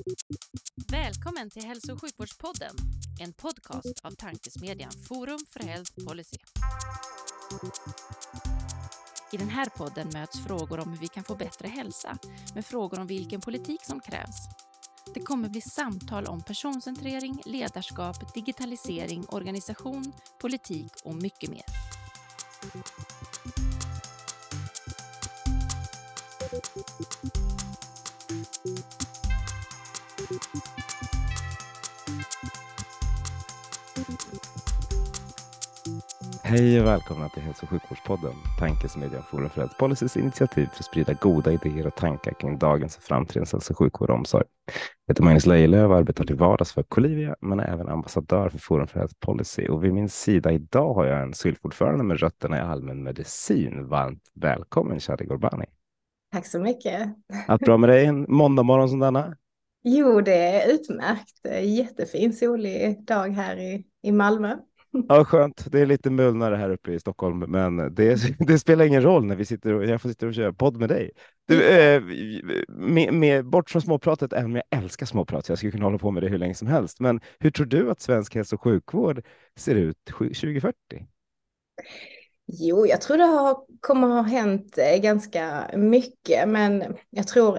Välkommen till Hälso- och sjukvårdspodden, en podcast av tankesmedjan Forum för Health Policy. I den här podden möts frågor om hur vi kan få bättre hälsa med frågor om vilken politik som krävs. Det kommer bli samtal om personcentrering, ledarskap, digitalisering, organisation, politik och mycket mer. Hej och välkomna till Hälso- och sjukvårdspodden, tankesmedjan Forum för Health Policys initiativ för att sprida goda idéer och tankar kring dagens och framtidens hälso- och sjukvård och omsorg. Jag heter Magnus Lejelöw och arbetar till vardags för Colivia, men är även ambassadör för Forum för Health Policy. Och vid min sida idag har jag en SYLF-ordförande med rötterna i allmän medicin. Varmt välkommen, Shadi Ghorbani. Tack så mycket. Allt bra med dig en måndag morgon som denna? Jo, det är utmärkt. Jättefin solig dag här i Malmö. Ja, skönt. Det är lite mulnare här uppe i Stockholm, men det spelar ingen roll när jag får sitta och köra podd med dig. Bort från småpratet, även om jag älskar småprat, så jag skulle kunna hålla på med det hur länge som helst. Men hur tror du att svensk hälso- och sjukvård ser ut 2040? Jo, jag tror det kommer ha hänt ganska mycket, men jag tror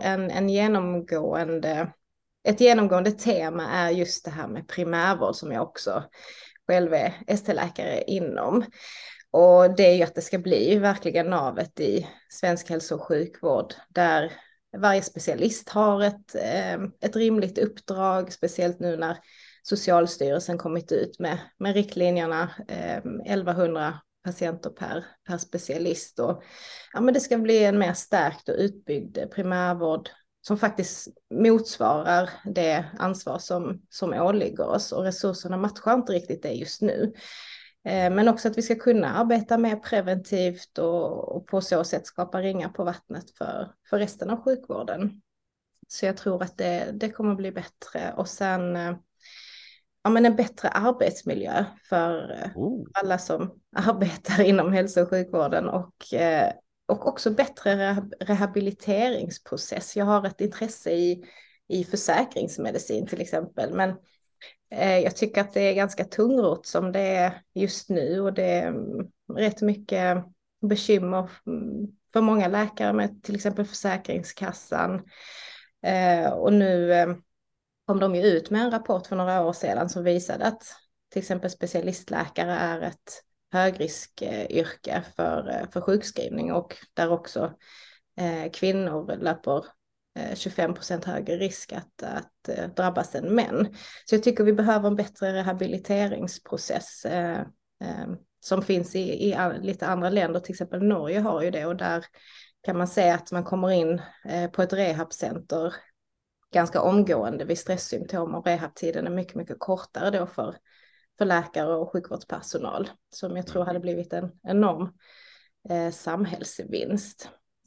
ett genomgående tema är just det här med primärvård som jag också själv är ST-läkare inom. Och det är ju att det ska bli verkligen navet i svensk hälso- och sjukvård där varje specialist har ett rimligt uppdrag, speciellt nu när Socialstyrelsen kommit ut med riktlinjerna 1100 patienter per specialist. Och, ja, men det ska bli en mer stärkt och utbyggd primärvård som faktiskt motsvarar det ansvar som åligger oss, och resurserna matchar inte riktigt det just nu. Men också att vi ska kunna arbeta mer preventivt och på så sätt skapa ringar på vattnet för resten av sjukvården. Så jag tror att det kommer bli bättre. Och sen en bättre arbetsmiljö för alla som arbetar inom hälso- och sjukvården, och också bättre rehabiliteringsprocess. Jag har ett intresse i försäkringsmedicin till exempel, men jag tycker att det är ganska tungrot som det är just nu, och det är rätt mycket bekymmer för många läkare med till exempel Försäkringskassan. Och nu kom de ju ut med en rapport för några år sedan som visade att till exempel specialistläkare är ett högriskyrke för sjukskrivning, och där också kvinnor löper 25% högre risk att drabbas än män. Så jag tycker vi behöver en bättre rehabiliteringsprocess som finns i lite andra länder. Till exempel Norge har ju det, och där kan man säga att man kommer in på ett rehabcenter ganska omgående vid stresssymptom, och rehabtiden är mycket, mycket kortare då för läkare och sjukvårdspersonal, som jag tror hade blivit en enorm samhällsvinst.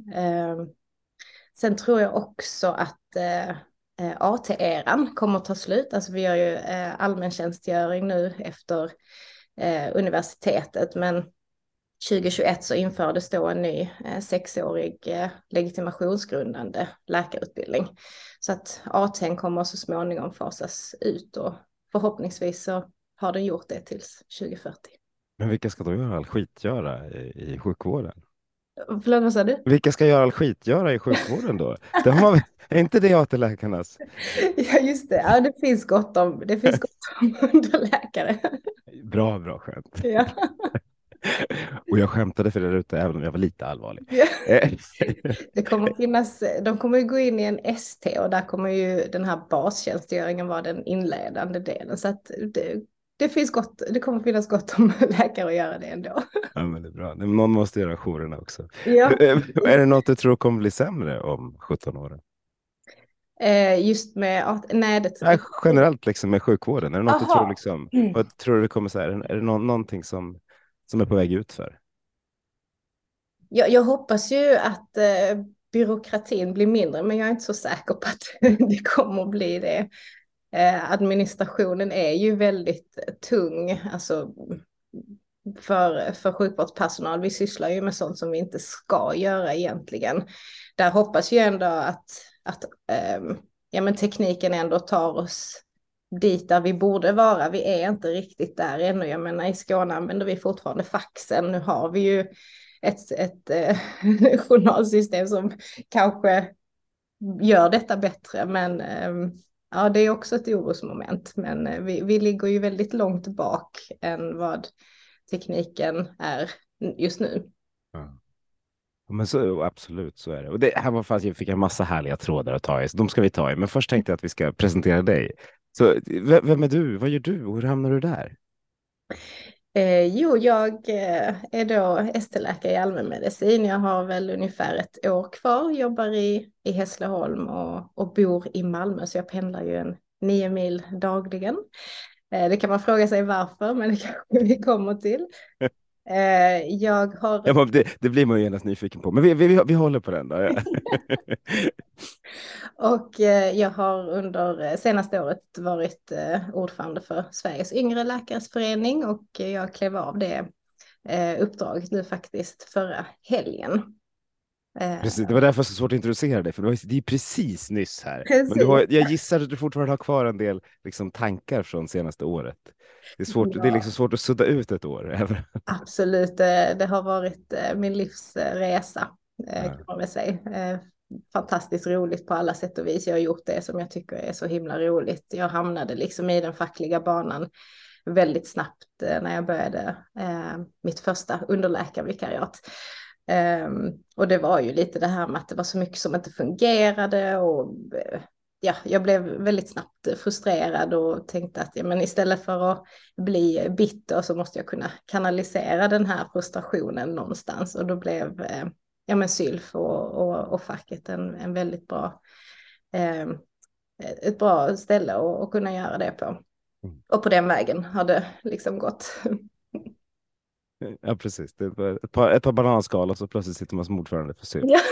Sen tror jag också att AT-eran kommer att ta slut. Alltså vi gör ju allmäntjänstgöring nu efter universitetet, men 2021 så infördes då en ny 6-årig legitimationsgrundande läkarutbildning. Så att AT:n kommer så småningom fasas ut, och förhoppningsvis så har den gjort det tills 2040. Men vilka ska då göra all skitgöra i sjukvården? Förlåt, vad sa du? Vilka ska göra all skitgöra i sjukvården då? Är inte det AT-läkarnas? Ja, just det. Ja, det finns gott om underläkare. Bra skämt. Ja. Och jag skämtade för det där ute, även om jag var lite allvarlig. Ja. De kommer ju gå in i en ST, och där kommer ju den här bastjänstgöringen vara den inledande delen. Så att det kommer finnas gott om läkare att göra det ändå. Ja, men det är bra. Någon måste göra jourerna också. Ja. Är det något du tror kommer bli sämre om 17 år? Just med Generellt liksom med sjukvården. Är det något du tror liksom, Mm. vad tror du kommer säga? Är det någonting som är på väg ut för? Jag hoppas ju att byråkratin blir mindre, men jag är inte så säker på att det kommer att bli det. Administrationen är ju väldigt tung, alltså för sjukvårdspersonal. Vi sysslar ju med sånt som vi inte ska göra egentligen. Där hoppas jag ändå att ja, men tekniken ändå tar oss dit där vi borde vara. Vi är inte riktigt där ännu. Jag menar, i Skåne använder vi fortfarande faxen. Nu har vi ju ett journalsystem som kanske gör detta bättre, men ja, det är också ett orosmoment. Men vi ligger ju väldigt långt bak än vad tekniken är just nu. Ja. Men så, absolut, så är det. Och det här var fast jag fick en massa härliga trådar att ta i, så de ska vi ta i. Men först tänkte jag att vi ska presentera dig. Så vem är du? Vad gör du? Och hur hamnar du där? Jo, jag är då ST-läkare i allmänmedicin. Jag har väl ungefär ett år kvar, jobbar i Hässleholm och bor i Malmö, så jag pendlar ju 9 mil dagligen. Det kan man fråga sig varför, men det kanske vi kommer till. Jag har... Ja, men det blir man ju genast nyfiken på, men vi håller på den då. Ja. Och jag har under senaste året varit ordförande för Sveriges yngre läkares förening, och jag klev av det uppdraget nu faktiskt förra helgen. Precis, det var därför det var så svårt att introducera dig, för det är precis nyss här. Precis. Men jag gissar att du fortfarande har kvar en del liksom, tankar från senaste året. Det är svårt, det är liksom svårt att sudda ut ett år. Absolut, det har varit min livsresa, kan man väl säga. Fantastiskt roligt på alla sätt och vis. Jag har gjort det som jag tycker är så himla roligt. Jag hamnade liksom i den fackliga banan väldigt snabbt när jag började mitt första underläkarvikariat. Och det var ju lite det här med att det var så mycket som inte fungerade, och ja, jag blev väldigt snabbt frustrerad och tänkte att ja, men istället för att bli bitter så måste jag kunna kanalisera den här frustrationen någonstans, och då blev ja, men Sylf och facket en väldigt bra ett bra ställe att kunna göra det på. Och på den vägen har det liksom gått. Ja, precis. Det var ett par bananskal och så plötsligt sitter man som ordförande för Sylf. Ja.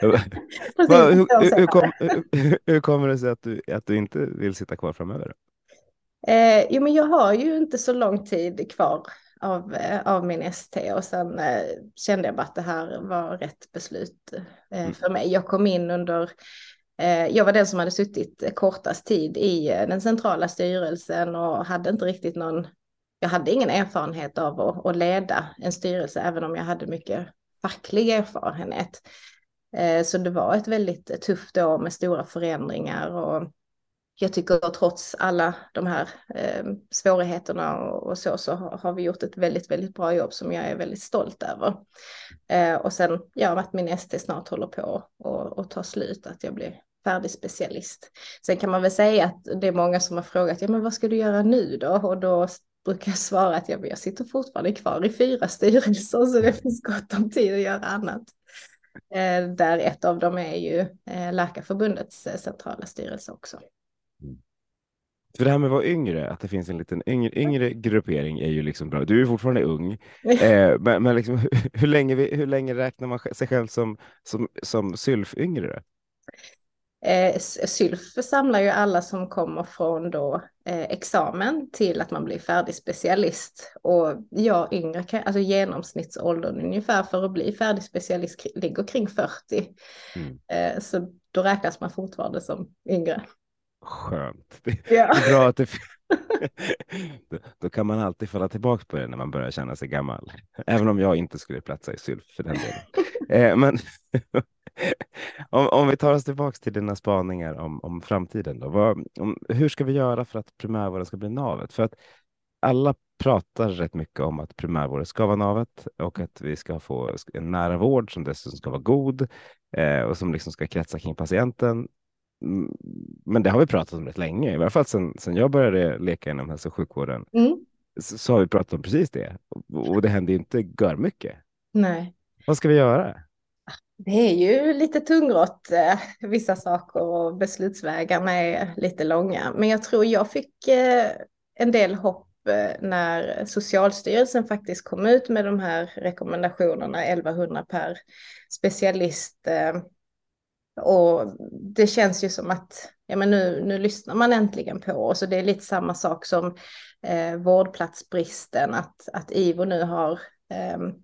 Hur kommer det sig att du inte vill sitta kvar framöver? Jo, men jag har ju inte så lång tid kvar av min ST, och sen kände jag bara att det här var rätt beslut för mig. Jag kom in jag var den som hade suttit kortast tid i den centrala styrelsen och hade inte riktigt jag hade ingen erfarenhet av att leda en styrelse, även om jag hade mycket facklig erfarenhet. Så det var ett väldigt tufft år med stora förändringar, och jag tycker att trots alla de här svårigheterna och så har vi gjort ett väldigt, väldigt bra jobb som jag är väldigt stolt över. Och sen, ja, att min ST snart håller på att ta slut, att jag blir färdig specialist. Sen kan man väl säga att det är många som har frågat, ja, men vad ska du göra nu då? Och då brukar jag svara att jag sitter fortfarande kvar i 4 styrelser, så det finns gott om tid att göra annat. Där ett av dem är ju Läkarförbundets centrala styrelse också. För det här med att vara yngre, att det finns en liten yngre gruppering är ju liksom bra. Du är fortfarande ung, men liksom, hur länge räknar man sig själv som Sylf yngre? Sylf samlar ju alla som kommer från då examen till att man blir färdig specialist, och jag yngre, alltså genomsnittsåldern ungefär för att bli färdig specialist ligger kring 40. Så då räknas man fortfarande som yngre. Skönt. Det är bra att då kan man alltid falla tillbaka på det när man börjar känna sig gammal. Även om jag inte skulle platsa i Sylf för den delen. Men om vi tar oss tillbaka till dina spaningar om framtiden då. Hur ska vi göra för att primärvården ska bli navet? För att alla pratar rätt mycket om att primärvården ska vara navet, och att vi ska få en nära vård som dessutom ska vara god och som liksom ska kretsa kring patienten. Men det har vi pratat om rätt länge, i alla fall sen jag började leka inom hälso- och sjukvården. Så har vi pratat om precis det, och det händer ju inte gör mycket. Nej. Vad ska vi göra? Det är ju lite tungrott, vissa saker, och beslutsvägarna är lite långa. Men jag tror jag fick en del hopp när Socialstyrelsen faktiskt kom ut med de här rekommendationerna, 1100 per specialist. Och det känns ju som att ja, men nu lyssnar man äntligen på oss, och det är lite samma sak som vårdplatsbristen, att IVO nu har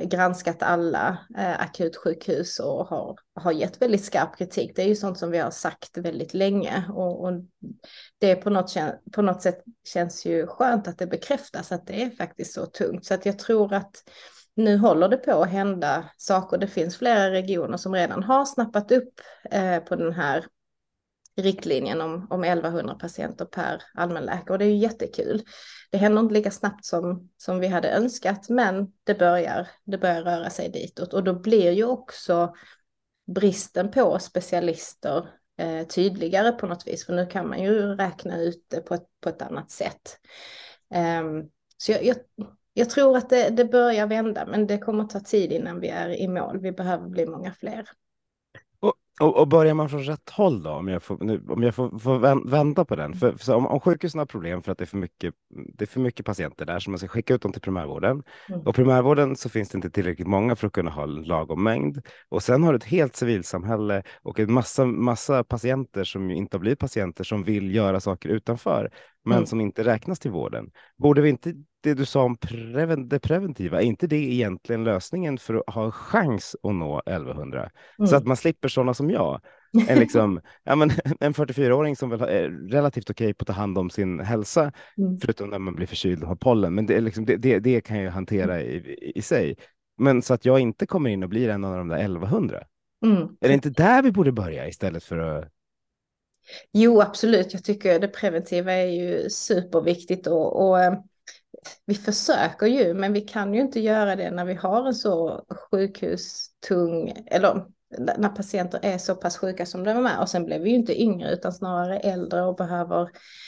granskat alla akutsjukhus och har gett väldigt skarp kritik. Det är ju sånt som vi har sagt väldigt länge och det på något sätt känns ju skönt att det bekräftas att det är faktiskt så tungt. Så att jag tror att nu håller det på att hända saker. Det finns flera regioner som redan har snappat upp på den här riktlinjen om 1100 patienter per allmänläkare och det är ju jättekul. Det händer inte lika snabbt som vi hade önskat, men det börjar röra sig ditåt och då blir ju också bristen på specialister tydligare på något vis, för nu kan man ju räkna ut det på ett annat sätt. Så jag tror att det börjar vända, men det kommer ta tid innan vi är i mål. Vi behöver bli många fler. Och börjar man från rätt håll då, om jag får vända på den. För om sjukhusen har problem för att det är för mycket patienter där, så man ska skicka ut dem till primärvården. Och primärvården så finns det inte tillräckligt många för att kunna ha en lagom mängd. Och sen har du ett helt civilsamhälle och en massa patienter som inte har blivit patienter som vill göra saker utanför, men som inte räknas till vården. Borde vi inte, det du sa om det preventiva, är inte det egentligen lösningen för att ha en chans att nå 1100? Så att man slipper sådana som jag. En 44-åring som väl är relativt okej på att ta hand om sin hälsa, förutom när man blir förkyld och har pollen. Men det, är liksom, det kan jag hantera i sig. Men så att jag inte kommer in och blir en av de där 1100. Är det inte där vi borde börja istället för att... Jo, absolut. Jag tycker det preventiva är ju superviktigt och vi försöker ju, men vi kan ju inte göra det när vi har en så sjukhustung, eller när patienter är så pass sjuka som de är. Och sen blev vi ju inte yngre utan snarare äldre och behöver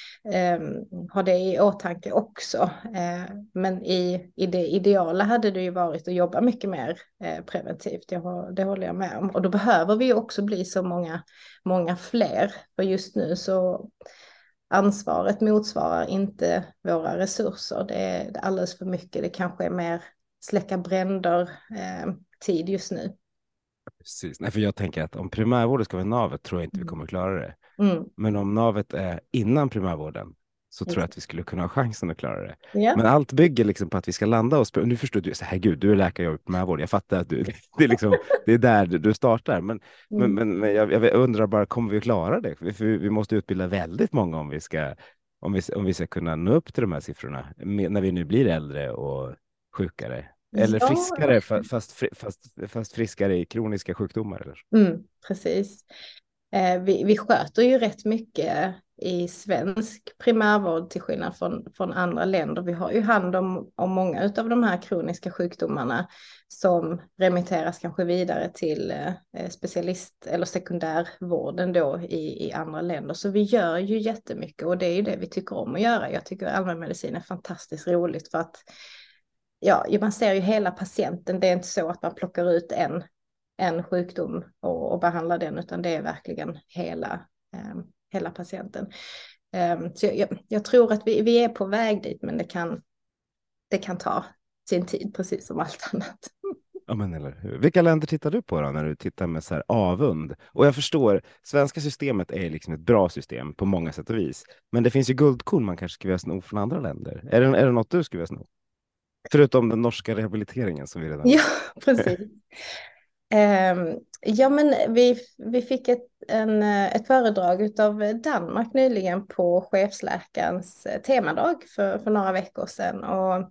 ha det i åtanke också. Men i det ideala hade det ju varit att jobba mycket mer preventivt. Det håller jag med om. Och då behöver vi ju också bli så många fler. För just nu så ansvaret motsvarar inte våra resurser. Det är alldeles för mycket. Det kanske är mer släcka bränder tid just nu. Precis. Nej, för jag tänker att om primärvården ska vara navet tror jag inte vi kommer klara det. Men om navet är innan primärvården så tror jag att vi skulle kunna ha chansen att klara det. Ja. Men allt bygger liksom på att vi ska landa och nu förstår du, så här, gud, du är läkare, jag är primärvård. Jag fattar att det är där du startar. Men jag undrar bara, kommer vi att klara det? Vi måste utbilda väldigt många om vi ska kunna nå upp till de här siffrorna när vi nu blir äldre och sjukare. Eller friskare, fast friskare i kroniska sjukdomar. Eller? Precis. Vi sköter ju rätt mycket i svensk primärvård till skillnad från andra länder. Vi har ju hand om många av de här kroniska sjukdomarna som remitteras kanske vidare till specialist- eller sekundärvården då i andra länder. Så vi gör ju jättemycket och det är ju det vi tycker om att göra. Jag tycker allmänmedicin är fantastiskt roligt för att man ser ju hela patienten. Det är inte så att man plockar ut en sjukdom och behandlar den, utan det är verkligen hela patienten. Så jag tror att vi är på väg dit, men det kan ta sin tid, precis som allt annat. Ja, men eller hur? Vilka länder tittar du på då när du tittar med så här avund? Och jag förstår, svenska systemet är liksom ett bra system på många sätt och vis. Men det finns ju guldkorn man kanske skulle vilja sno från andra länder. Är det något du skulle vilja sno? Förutom den norska rehabiliteringen som vi redan... Ja, precis. Men vi fick ett föredrag av Danmark nyligen på chefsläkarens temadag för några veckor sedan. Och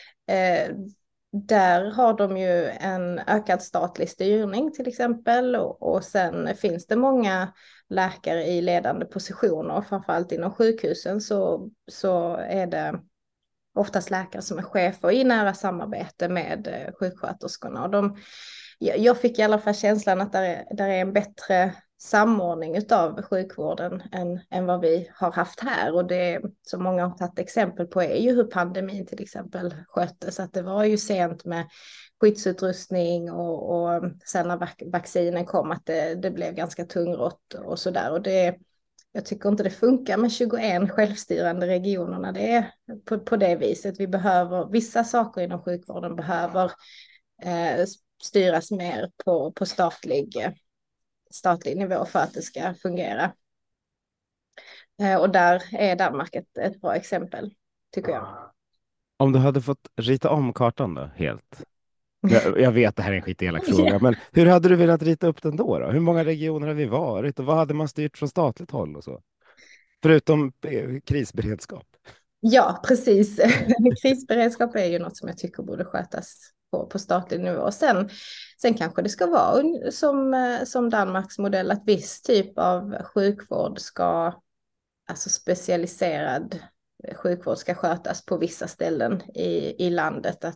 där har de ju en ökad statlig styrning till exempel. Och sen finns det många läkare i ledande positioner, framförallt inom sjukhusen så är det oftast läkare som är chefer i nära samarbete med sjuksköterskorna. Och jag fick i alla fall känslan att där är en bättre samordning av sjukvården än vad vi har haft här. Och det som många har tagit exempel på är ju hur pandemin till exempel sköttes. Att det var ju sent med skyddsutrustning och sen när vaccinen kom att det blev ganska tungrott och sådär. Och jag tycker inte det funkar med 21 självstyrande regioner när det är på det viset. Vi behöver, vissa saker inom sjukvården behöver styras mer på statlig nivå för att det ska fungera. Och där är Danmark ett bra exempel, tycker jag. Om du hade fått rita om kartan då, helt. Jag vet, det här är en skitelak fråga, men hur hade du velat rita upp den då? Hur många regioner har vi varit och vad hade man styrt från statligt håll och så? Förutom krisberedskap. Ja, precis. Krisberedskap är ju något som jag tycker borde skötas på statlig nivå. Sen kanske det ska vara som Danmarks modell, att viss typ av sjukvård ska, alltså specialiserad sjukvård ska skötas på vissa ställen i landet.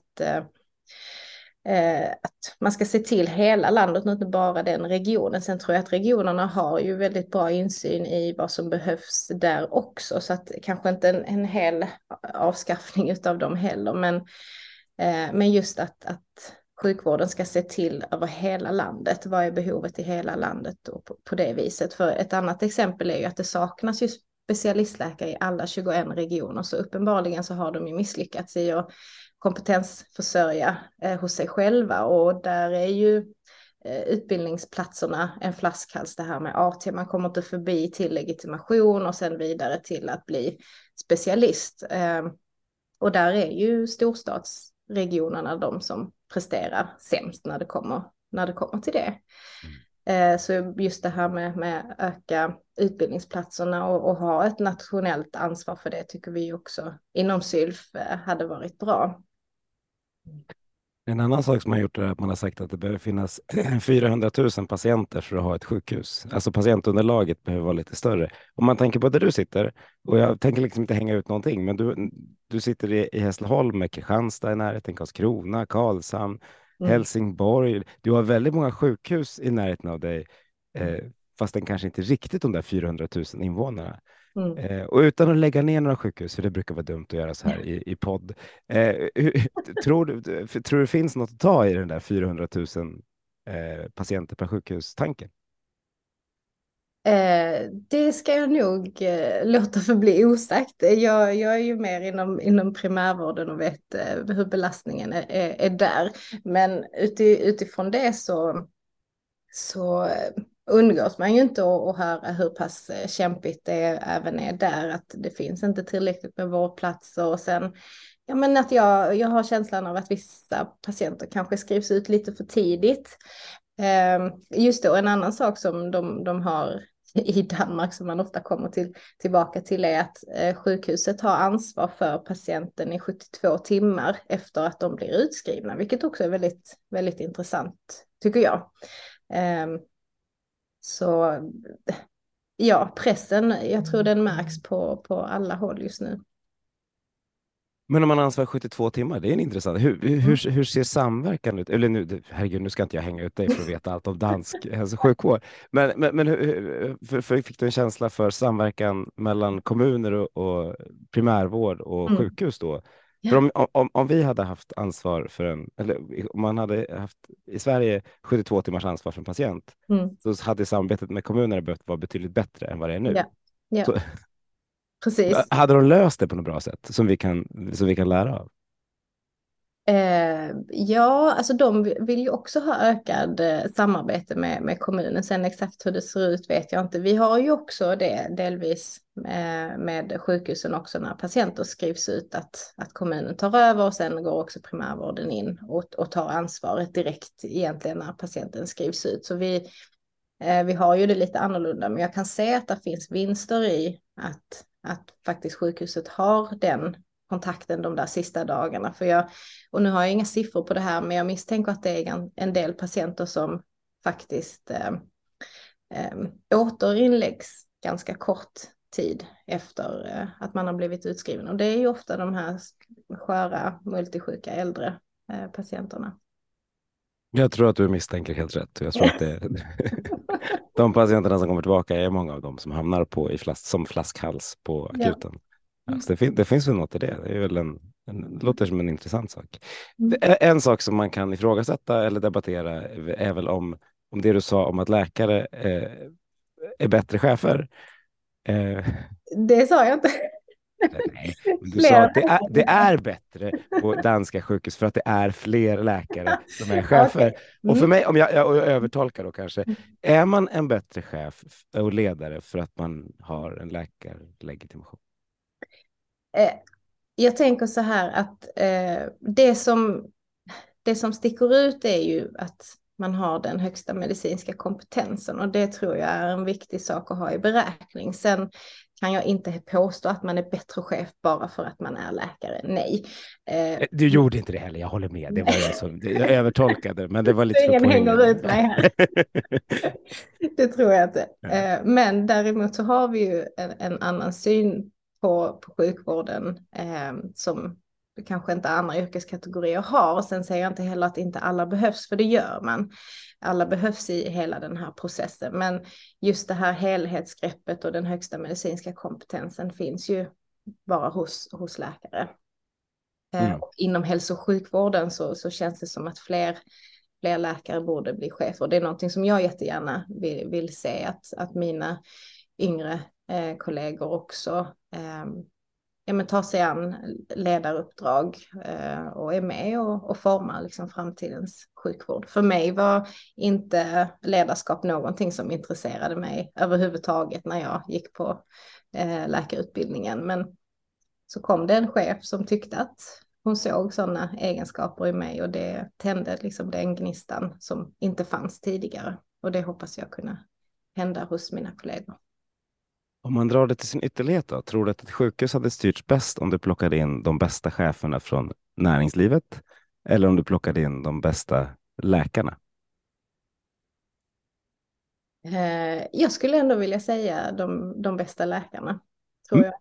Att man ska se till hela landet, inte bara den regionen. Sen tror jag att regionerna har ju väldigt bra insyn i vad som behövs där också. Så att kanske inte en hel avskaffning av dem heller. Men just att sjukvården ska se till över hela landet. Vad är behovet i hela landet och på det viset. För ett annat exempel är ju att det saknas ju specialistläkare i alla 21 regioner. Så uppenbarligen så har de ju misslyckats i att kompetensförsörja hos sig själva, och där är ju utbildningsplatserna en flaskhals, det här med AT, man kommer inte förbi till legitimation och sen vidare till att bli specialist. Och där är ju storstadsregionerna de som presterar sämst när det kommer till det. Så just det här med öka utbildningsplatserna och ha ett nationellt ansvar för det tycker vi också inom SYLF hade varit bra. En annan sak som man har gjort är att man har sagt att det behöver finnas 400 000 patienter för att ha ett sjukhus. Alltså patientunderlaget behöver vara lite större. Om man tänker på där du sitter, och jag tänker liksom inte hänga ut någonting, men du sitter i Hässleholm med Kristianstad i närheten, Karlskrona, Karlshamn, Helsingborg. Du har väldigt många sjukhus i närheten av dig, fast den kanske inte riktigt de där 400 000 invånarna. Och utan att lägga ner några sjukhus, för det brukar vara dumt att göra så här i podd. Tror du det finns något att ta i den där 400 000 patienter per sjukhus-tanken? Det ska jag nog låta förbli osagt. Jag är ju mer inom primärvården och vet hur belastningen är där. Men utifrån det så undgås man ju inte att höra hur pass kämpigt det även är där, att det finns inte tillräckligt med vårdplatser, och sen ja, men att jag har känslan av att vissa patienter kanske skrivs ut lite för tidigt. Just då, en annan sak som de har i Danmark som man ofta kommer tillbaka till är att sjukhuset har ansvar för patienten i 72 timmar efter att de blir utskrivna, vilket också är väldigt, väldigt intressant tycker jag. Så ja, pressen, jag tror den märks på alla håll just nu. Men om man ansvarar 72 timmar, det är en intressant. Hur ser samverkan ut? Eller nu ska inte jag hänga ut dig för att veta allt om dansk hälso- och sjukvård. Men fick du en känsla för samverkan mellan kommuner och primärvård och sjukhus då? Ja. För om vi hade haft ansvar för eller om man hade haft i Sverige 72 timmars ansvar för en patient, så hade samarbetet med kommunerna behövt vara betydligt bättre än vad det är nu. Ja. Så, precis. Hade de löst det på något bra sätt som vi kan lära av? Ja, alltså de vill ju också ha ökad samarbete med kommunen. Sen exakt hur det ser ut vet jag inte. Vi har ju också det delvis med sjukhusen också när patienter skrivs ut, att kommunen tar över, och sen går också primärvården in och tar ansvaret direkt egentligen när patienten skrivs ut. Så vi har ju det lite annorlunda, men jag kan se att det finns vinster i att faktiskt sjukhuset har den kontakten de där sista dagarna. Och nu har jag inga siffror på det här, men jag misstänker att det är en del patienter som faktiskt återinläggs ganska kort tid efter att man har blivit utskriven. Och det är ju ofta de här sköra, multisjuka äldre patienterna. Jag tror att du misstänker helt rätt. Jag tror att de patienterna som kommer tillbaka är många av dem som hamnar som flaskhals på akuten. Ja. Alltså det finns väl något i det. Det är väl det låter som en intressant sak. En sak som man kan ifrågasätta eller debattera är väl om det du sa om att läkare är bättre chefer. Det sa jag inte. Nej, du sa att det är bättre på danska sjukhus för att det är fler läkare som är chefer. Okay. Och för mig, om jag övertolkar då kanske, är man en bättre chef och ledare för att man har en läkarlegitimation? Jag tänker så här att det det som sticker ut är ju att man har den högsta medicinska kompetensen, och det tror jag är en viktig sak att ha i beräkning. Sen kan jag inte påstå att man är bättre chef bara för att man är läkare. Nej. Du gjorde inte det heller, jag håller med. Det var jag övertolkade, men det var lite Ingen för poängen. hänger ut mig här. Det tror jag inte. Men däremot så har vi ju en annan syn på sjukvården som kanske inte andra yrkeskategorier har. Och sen säger jag inte heller att inte alla behövs, för det gör man. Alla behövs i hela den här processen. Men just det här helhetsgreppet och den högsta medicinska kompetensen finns ju bara hos läkare. Och inom hälso- och sjukvården så känns det som att fler läkare borde bli chefer. Det är någonting som jag jättegärna vill se, att mina yngre kollegor också tar sig an ledaruppdrag och är med och formar liksom framtidens sjukvård. För mig var inte ledarskap någonting som intresserade mig överhuvudtaget när jag gick på läkarutbildningen. Men så kom det en chef som tyckte att hon såg sådana egenskaper i mig, och det tände liksom den gnistan som inte fanns tidigare. Och det hoppas jag kunna hända hos mina kollegor. Om man drar det till sin ytterlighet då, tror du att ett sjukhus hade styrts bäst om du plockade in de bästa cheferna från näringslivet eller om du plockade in de bästa läkarna? Jag skulle ändå vilja säga de bästa läkarna, tror jag.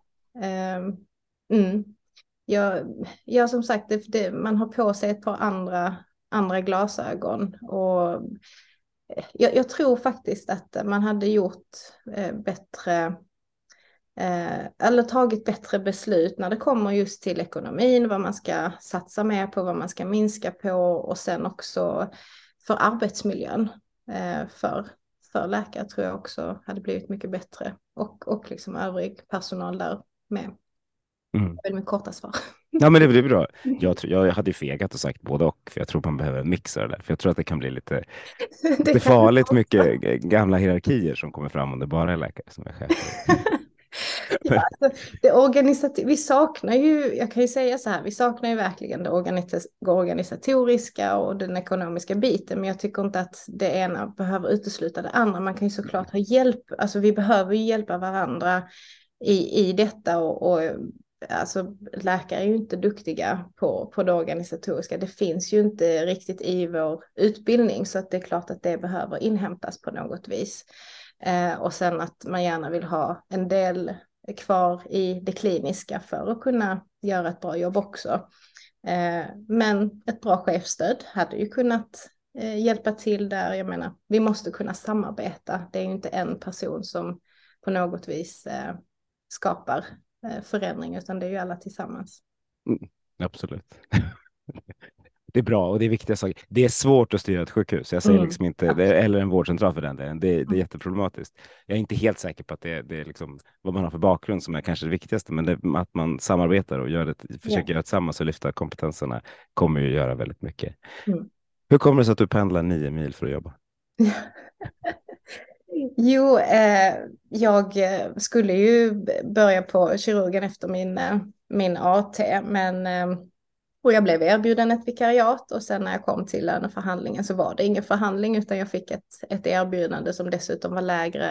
Ja, som sagt, man har på sig ett par andra glasögon, och jag tror faktiskt att man hade gjort bättre eller tagit bättre beslut när det kommer just till ekonomin, vad man ska satsa mer på, vad man ska minska på, och sen också för arbetsmiljön för läkare tror jag också hade blivit mycket bättre, och liksom övrig personal där med. Det är väl mitt korta svar. Ja, men det blir bra. Jag hade ju fegat och sagt både och, för jag tror man behöver mixa det där. För jag tror att det kan bli lite farligt mycket gamla hierarkier som kommer fram om det bara är läkare som är chefer. Ja, alltså, vi saknar ju, jag kan ju säga så här, vi saknar ju verkligen det organisatoriska och den ekonomiska biten, men jag tycker inte att det ena behöver utesluta det andra. Man kan ju såklart ha hjälp, alltså vi behöver ju hjälpa varandra i detta, och alltså läkare är ju inte duktiga på det organisatoriska. Det finns ju inte riktigt i vår utbildning, så att det är klart att det behöver inhämtas på något vis. Och sen att man gärna vill ha en del kvar i det kliniska för att kunna göra ett bra jobb också. Men ett bra chefstöd hade ju kunnat hjälpa till där. Jag menar, vi måste kunna samarbeta. Det är ju inte en person som på något vis skapar förändring, utan det är ju alla tillsammans. Absolut. Det är bra och det är viktiga saker. Det är svårt att styra ett sjukhus. Jag säger liksom inte, eller en vårdcentral för den delen. Det är jätteproblematiskt. Jag är inte helt säker på att det är liksom vad man har för bakgrund som är kanske det viktigaste, men att man samarbetar och försöker göra tillsammans och lyfta kompetenserna kommer ju göra väldigt mycket. Hur kommer det sig att du pendlar 9 mil för att jobba? Jo, jag skulle ju börja på kirurgen efter min AT, och jag blev erbjuden ett vikariat, och sen när jag kom till löneförhandlingen så var det ingen förhandling, utan jag fick ett erbjudande som dessutom var lägre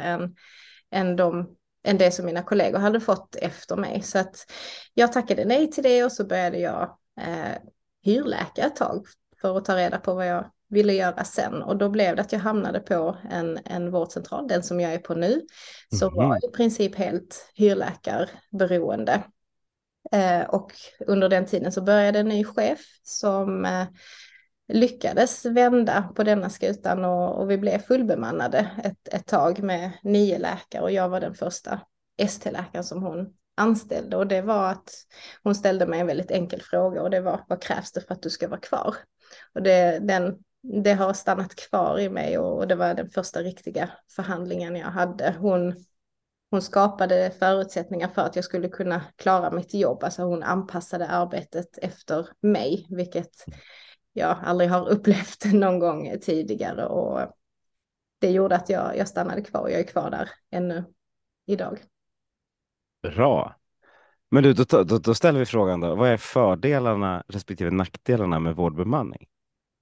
än det som mina kollegor hade fått efter mig. Så att jag tackade nej till det, och så började jag hyrläka ett tag för att ta reda på vad jag ville göra sen. Och då blev det att jag hamnade på en vårdcentral, den som jag är på nu, som var i princip helt hyrläkarberoende. Och under den tiden så började en ny chef som lyckades vända på denna skutan, och vi blev fullbemannade ett tag med 9 läkare, och jag var den första ST-läkaren som hon anställde. Och det var att hon ställde mig en väldigt enkel fråga, och det var: vad krävs det för att du ska vara kvar? Och det har stannat kvar i mig, och det var den första riktiga förhandlingen jag hade. Hon skapade förutsättningar för att jag skulle kunna klara mitt jobb. Alltså hon anpassade arbetet efter mig, vilket jag aldrig har upplevt någon gång tidigare. Och det gjorde att jag stannade kvar, och jag är kvar där ännu idag. Bra. Men då ställer vi frågan då. Vad är fördelarna respektive nackdelarna med vårdbemanning?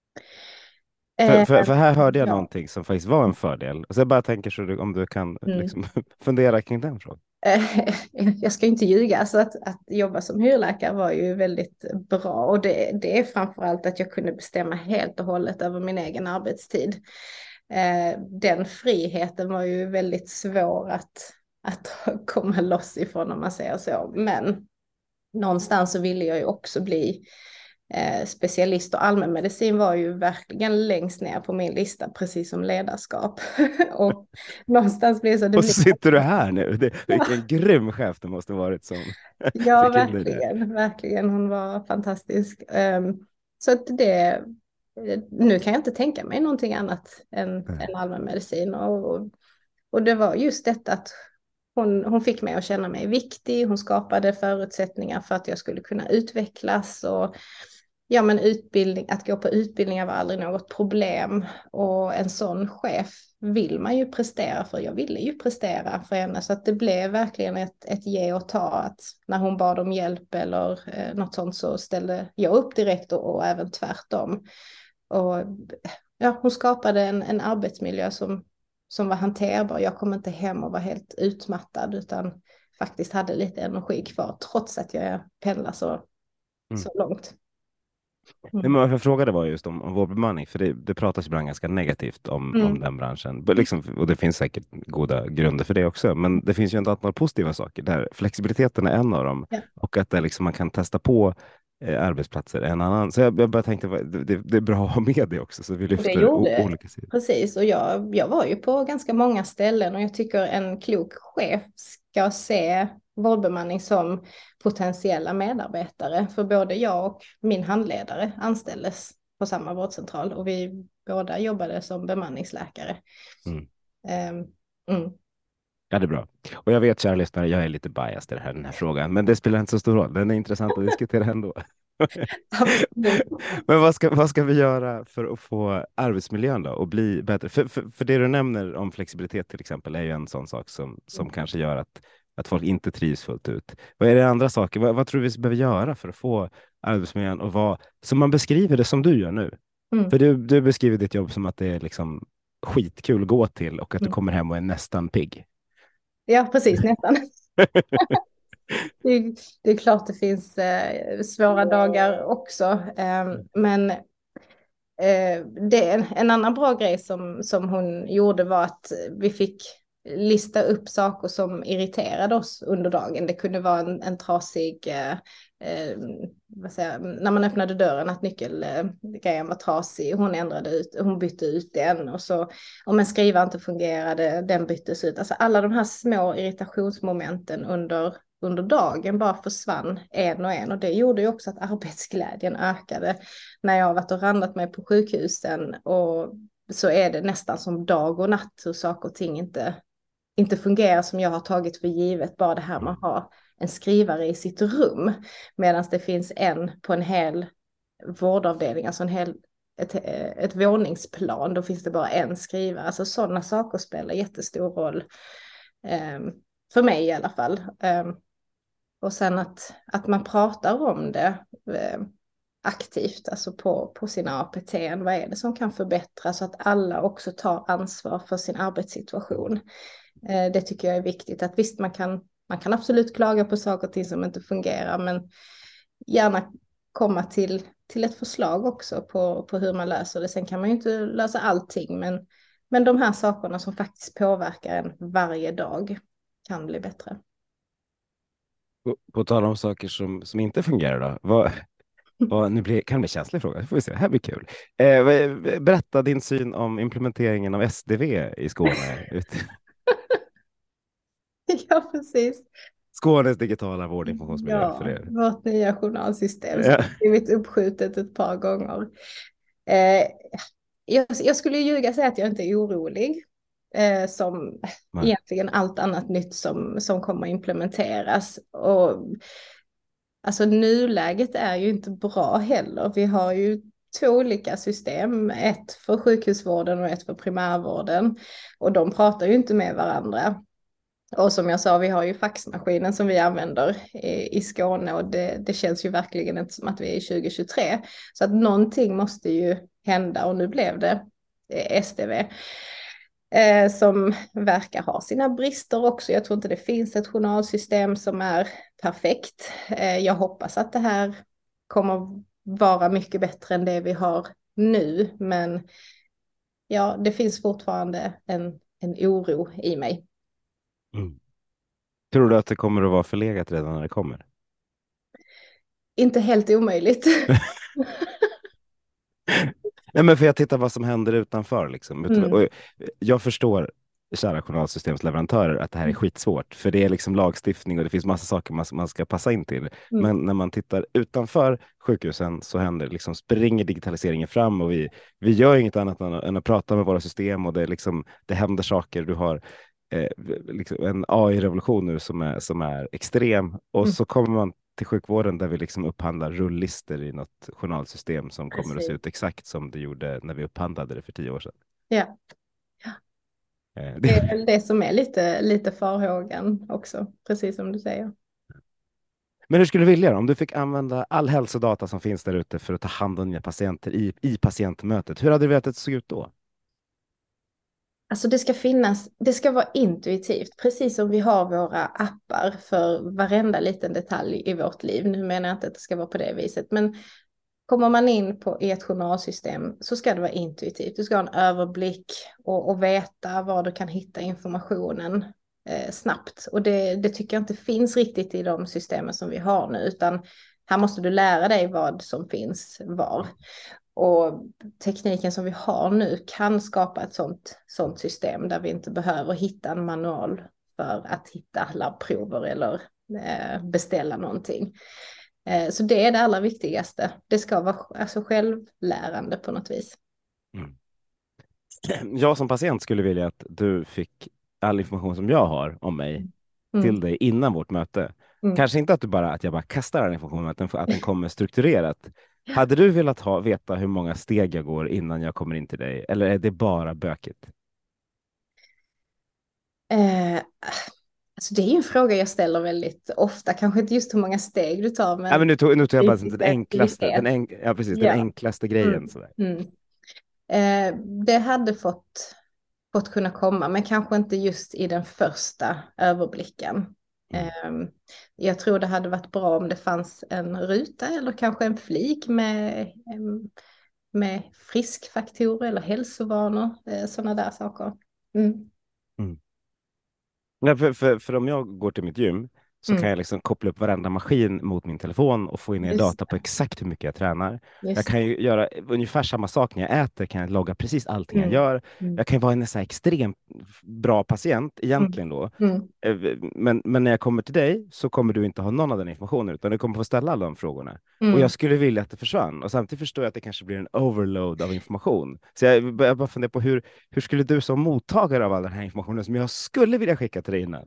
För här hörde jag Ja. någonting som faktiskt var en fördel. Och så jag bara tänker så om du kan Mm. liksom fundera kring den frågan. Jag ska inte ljuga, så att jobba som hyrläkare var ju väldigt bra, och det är framförallt att jag kunde bestämma helt och hållet över min egen arbetstid. Den friheten var ju väldigt svår att komma loss ifrån, om man säger så. Men någonstans så ville jag ju också bli specialist, och allmänmedicin var ju verkligen längst ner på min lista, precis som ledarskap. Och någonstans blir det så. Det Och så blir... sitter du här nu. Vilken grym chef det måste ha varit som Ja, fick in dig där. verkligen, verkligen. Hon var fantastisk. Så att nu kan jag inte tänka mig någonting annat än allmänmedicin. Och det var just detta att hon fick mig att känna mig viktig. Hon skapade förutsättningar för att jag skulle kunna utvecklas. Och ja, men att gå på utbildningar var aldrig något problem. Och en sån chef vill man ju prestera för. Jag ville ju prestera för henne. Så att det blev verkligen ett ge och ta. Att när hon bad om hjälp eller något sånt, så ställde jag upp direkt, och även tvärtom. Och ja, hon skapade en arbetsmiljö som var hanterbar. Jag kom inte hem och var helt utmattad, utan faktiskt hade lite energi kvar, trots att jag pendlar så långt. Men vad jag frågade var just om vår bemanning, för det pratas ibland ganska negativt om den branschen. Liksom, och det finns säkert goda grunder för det också, men det finns ju ett antal positiva saker där. Flexibiliteten är en av dem, och att det liksom, man kan testa på arbetsplatser en annan. Så jag bara tänkte, det är bra att ha med det också, så vi lyfter olika sidor. Precis, och jag var ju på ganska många ställen, och jag tycker en klok chef ska se vårdbemanning som potentiella medarbetare. För både jag och min handledare anställdes på samma vårdcentral, och vi båda jobbade som bemanningsläkare. Ja, det är bra. Och jag vet, kära lyssnare, jag är lite biased i den här frågan, men det spelar inte så stor roll. Den är intressant att diskutera ändå. Men vad ska vi göra för att få arbetsmiljön då och bli bättre? För det du nämner om flexibilitet till exempel är ju en sån sak som kanske gör att folk inte trivs fullt ut. Vad är det andra saker? Vad tror du vi behöver göra för att få arbetsmiljön att vara som man beskriver det, som du gör nu? För du beskriver ditt jobb som att det är liksom skitkul att gå till, och att du kommer hem och är nästan pigg. Ja, precis, nästan. Det är klart det finns svåra dagar också. Men en annan bra grej som hon gjorde var att vi fick lista upp saker som irriterade oss under dagen. Det kunde vara en trasig, när man öppnade dörren, att nyckelgrejen var trasig. Hon bytte ut den, och så om en skrivare inte fungerade, den byttes ut. Alltså alla de här små irritationsmomenten under dagen bara försvann en och en, och det gjorde ju också att arbetsglädjen ökade. När jag har varit och randat mig på sjukhusen, och så är det nästan som dag och natt hur saker och ting inte fungerar som jag har tagit för givet. Bara det här man har en skrivare i sitt rum, medan det finns en på en hel vårdavdelning, alltså ett våningsplan, då finns det bara en skrivare. Alltså sådana saker spelar jättestor roll, för mig i alla fall. Och sen att man pratar om det aktivt, alltså på sina APT. Vad är det som kan förbättras, så att alla också tar ansvar för sin arbetssituation. Det tycker jag är viktigt. Att visst, man kan absolut klaga på saker och ting som inte fungerar, men gärna komma till ett förslag också på hur man löser det. Sen kan man ju inte lösa allting, men de här sakerna som faktiskt påverkar en varje dag kan bli bättre. På tal om saker som inte fungerar då. Kan bli känslig fråga. Får vi se. Det här blir kul. Berätta din syn om implementeringen av SDV i Skåne. Ja, precis. Skånes digitala vårdinformationsmiljö för er. Vårt nya journalsystem som har blivit uppskjutet ett par gånger. Jag skulle ljuga och säga att jag inte är orolig. Som egentligen allt annat nytt som kommer att implementeras. Och alltså nuläget är ju inte bra heller. Vi har ju 2 olika system, ett för sjukhusvården och ett för primärvården, och de pratar ju inte med varandra. Och som jag sa, vi har ju faxmaskinen som vi använder i Skåne, och det känns ju verkligen inte som att vi är i 2023. Så att någonting måste ju hända, och nu blev det STV. Som verkar ha sina brister också. Jag tror inte det finns ett journalsystem som är perfekt. Jag hoppas att det här kommer vara mycket bättre än det vi har nu, men ja, det finns fortfarande en oro i mig. Mm. Tror du att det kommer att vara förlegat redan när det kommer? Inte helt omöjligt. Nej, men för jag tittar vad som händer utanför liksom. Mm. Och jag förstår, kära journalsystemsleverantörer, att det här är skitsvårt. För det är liksom lagstiftning och det finns massa saker man ska passa in till. Men när man tittar utanför sjukhusen så händer det liksom, springer digitaliseringen fram och vi gör inget annat än att prata med våra system, och det händer saker. Du har liksom en AI-revolution nu som är extrem, och så kommer man till sjukvården där vi liksom upphandlar rulllister i något journalsystem som kommer att se ut exakt som det gjorde när vi upphandlade det för 10 år sedan. Ja. Det är väl det som är lite farhågan också, precis som du säger. Men hur skulle du vilja om du fick använda all hälsodata som finns där ute för att ta hand om dina patienter i patientmötet? Hur hade du velat att det såg ut då? Alltså det ska vara intuitivt, precis som vi har våra appar för varenda liten detalj i vårt liv. Nu menar jag inte att det ska vara på det viset, men kommer man in i ett journalsystem så ska det vara intuitivt. Du ska ha en överblick och veta var du kan hitta informationen snabbt. Och det tycker jag inte finns riktigt i de systemen som vi har nu, utan här måste du lära dig vad som finns var. Och tekniken som vi har nu kan skapa ett sånt system där vi inte behöver hitta en manual för att hitta labbprover eller beställa någonting. Så det är det allra viktigaste. Det ska vara alltså självlärande på något vis. Jag som patient skulle vilja att du fick all information som jag har om mig till dig innan vårt möte. Kanske inte att jag bara kastar all information, att den kommer strukturerat. Hade du velat veta hur många steg jag går innan jag kommer in till dig, eller är det bara bökigt? Alltså det är ju en fråga jag ställer väldigt ofta, kanske inte just hur många steg du tar, men, men nu tog jag bara den enklaste, den enklaste grejen. Sådär. Det hade fått kunna komma, men kanske inte just i den första överblicken. Jag tror det hade varit bra om det fanns en ruta eller kanske en flik med friskfaktorer eller hälsovanor, sådana där saker. Ja, för om jag går till mitt gym så kan jag liksom koppla upp varenda maskin mot min telefon och få in data på exakt hur mycket jag tränar. Jag kan ju göra ungefär samma sak när jag äter, kan jag logga precis allting jag gör. Jag kan ju vara en så här extremt bra patient egentligen då. Men när jag kommer till dig så kommer du inte ha någon av den informationen, utan du kommer få ställa alla de frågorna. Och jag skulle vilja att det försvann. Och samtidigt förstår jag att det kanske blir en overload av information. Så jag bara funderar på hur skulle du som mottagare av all den här informationen som jag skulle vilja skicka till dig innan?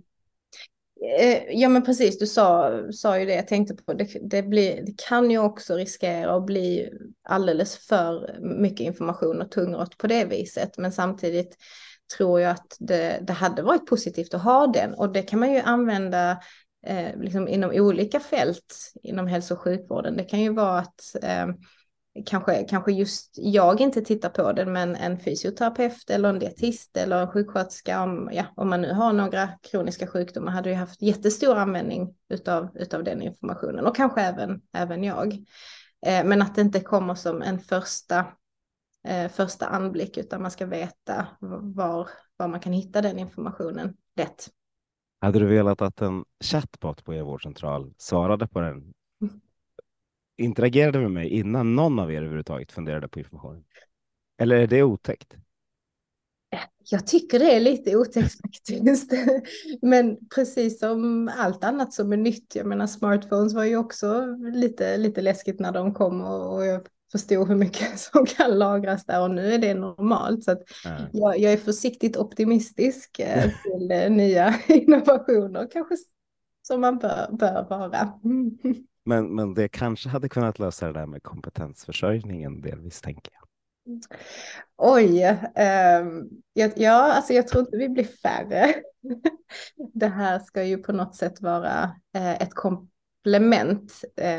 Ja men precis, du sa ju det jag tänkte på. Det kan ju också riskera att bli alldeles för mycket information och tungrott på det viset. Men samtidigt tror jag att det hade varit positivt att ha den. Och det kan man ju använda liksom inom olika fält inom hälso- och sjukvården. Det kan ju vara att kanske just jag inte tittar på den, men en fysioterapeut eller en dietist eller en sjuksköterska, om man nu har några kroniska sjukdomar, hade ju haft jättestor användning utav den informationen, och kanske även jag. Men att det inte kommer som en första anblick, utan man ska veta var man kan hitta den informationen lätt. Hade du velat att en chatbot på er vårdcentral svarade på den? Interagerade med mig innan någon av er överhuvudtaget funderade på informationen? Eller är det otäckt? Jag tycker det är lite otäckt faktiskt. Men precis som allt annat som är nytt. Jag menar, smartphones var ju också lite läskigt när de kom, och jag förstod hur mycket som kan lagras där, och nu är det normalt. Så att jag är försiktigt optimistisk till nya innovationer, kanske som man bör vara. Men det kanske hade kunnat lösa det där med kompetensförsörjningen delvis, tänker jag. Oj, alltså jag tror inte vi blir färre. Det här ska ju på något sätt vara ett komplement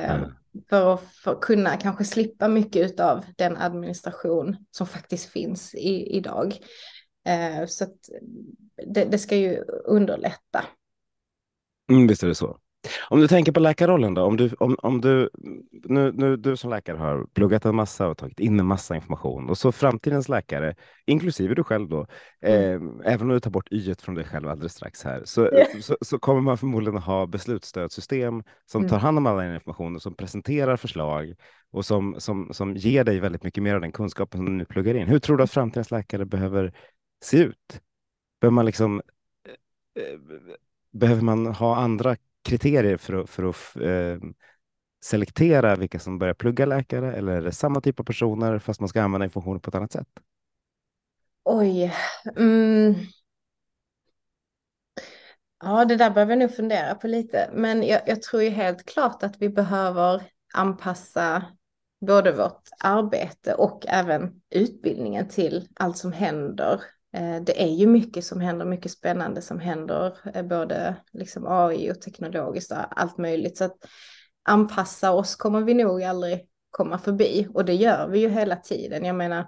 för att kunna kanske slippa mycket av den administration som faktiskt finns idag. Så att det ska ju underlätta. Visst är det så. Om du tänker på läkarrollen då, om du, nu du som läkare har pluggat en massa och tagit in en massa information och så framtidens läkare, inklusive du själv då, även om du tar bort yet från dig själv alldeles strax här, så kommer man förmodligen att ha beslutsstödssystem som tar hand om all den informationen, som presenterar förslag och som ger dig väldigt mycket mer av den kunskapen som du nu pluggar in. Hur tror du att framtidens läkare behöver se ut? Behöver man liksom behöver man ha andra kriterier för att selektera vilka som börjar plugga läkare, eller är det samma typ av personer fast man ska använda informationen på ett annat sätt? Oj. Ja, det där behöver jag nog fundera på lite. Men jag tror ju helt klart att vi behöver anpassa både vårt arbete och även utbildningen till allt som händer. Det är ju mycket som händer, mycket spännande som händer, både liksom AI och teknologiskt och allt möjligt. Så att anpassa oss kommer vi nog aldrig komma förbi, och det gör vi ju hela tiden. Jag menar,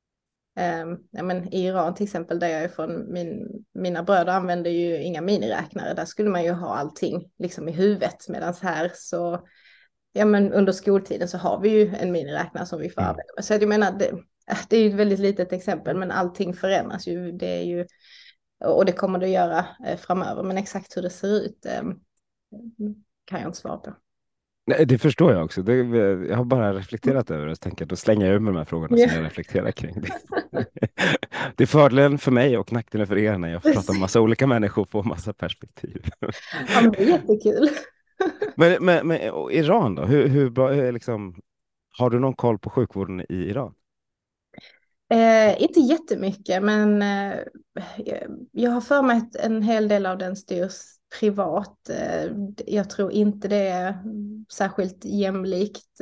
i Iran till exempel, där jag är från, mina bröder använder ju inga miniräknare. Där skulle man ju ha allting liksom i huvudet, medan här så, under skoltiden så har vi ju en miniräknare som vi får arbeta med. Så jag menar, det är ju ett väldigt litet exempel, men allting förändras ju. Det är ju, och det kommer det att göra framöver, men exakt hur det ser ut kan jag inte svara på. Nej, det förstår jag också. Jag har bara reflekterat över det och tänker att då slänger jag ur med de här frågorna som jag reflekterar kring. Det är fördelen för mig och nackdelen för er när jag får prata med massa olika människor och få massa perspektiv. Ja, men det är jättekul. Men Iran då? Hur bra, liksom, har du någon koll på sjukvården i Iran? Inte jättemycket, men jag har för mig att en hel del av den styrs privat. Jag tror inte det är särskilt jämlikt.